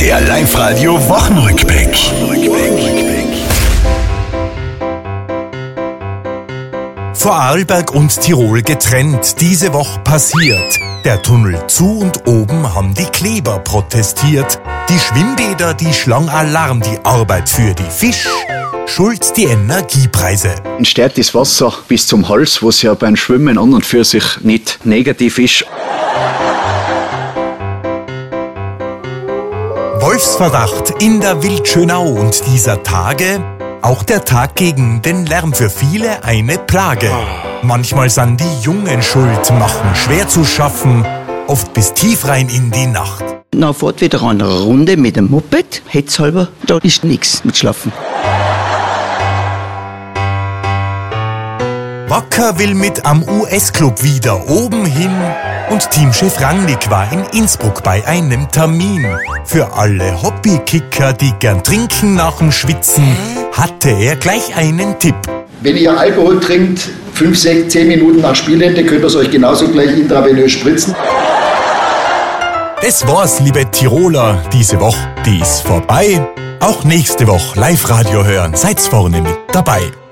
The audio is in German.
Der Live-Radio Wochenrückblick. Vorarlberg und Tirol getrennt, diese Woche passiert. Der Tunnel zu und oben haben die Kleber protestiert. Die Schwimmbäder, die schlang Alarm, die Arbeit für die Fisch. Schuld die Energiepreise. Entsteht das Wasser bis zum Hals, was ja beim Schwimmen an und für sich nicht negativ ist. Wolfsverdacht in der Wildschönau und dieser Tage auch der Tag gegen den Lärm, für viele eine Plage. Manchmal sind die Jungen schuld, machen schwer zu schaffen, oft bis tief rein in die Nacht. Dann fährt wieder eine Runde mit dem Moped, hetzhalber, da ist nichts mit Schlafen. Wacker will mit am US-Club wieder oben hin und Teamchef Rangnick war in Innsbruck bei einem Termin. Für alle Hobbykicker, die gern trinken nach dem Schwitzen, hatte er gleich einen Tipp. Wenn ihr Alkohol trinkt, 5, 6, 10 Minuten nach Spielende, könnt ihr es euch genauso gleich intravenös spritzen. Das war's, liebe Tiroler, diese Woche, die ist vorbei. Auch nächste Woche Live-Radio hören, seid's vorne mit dabei.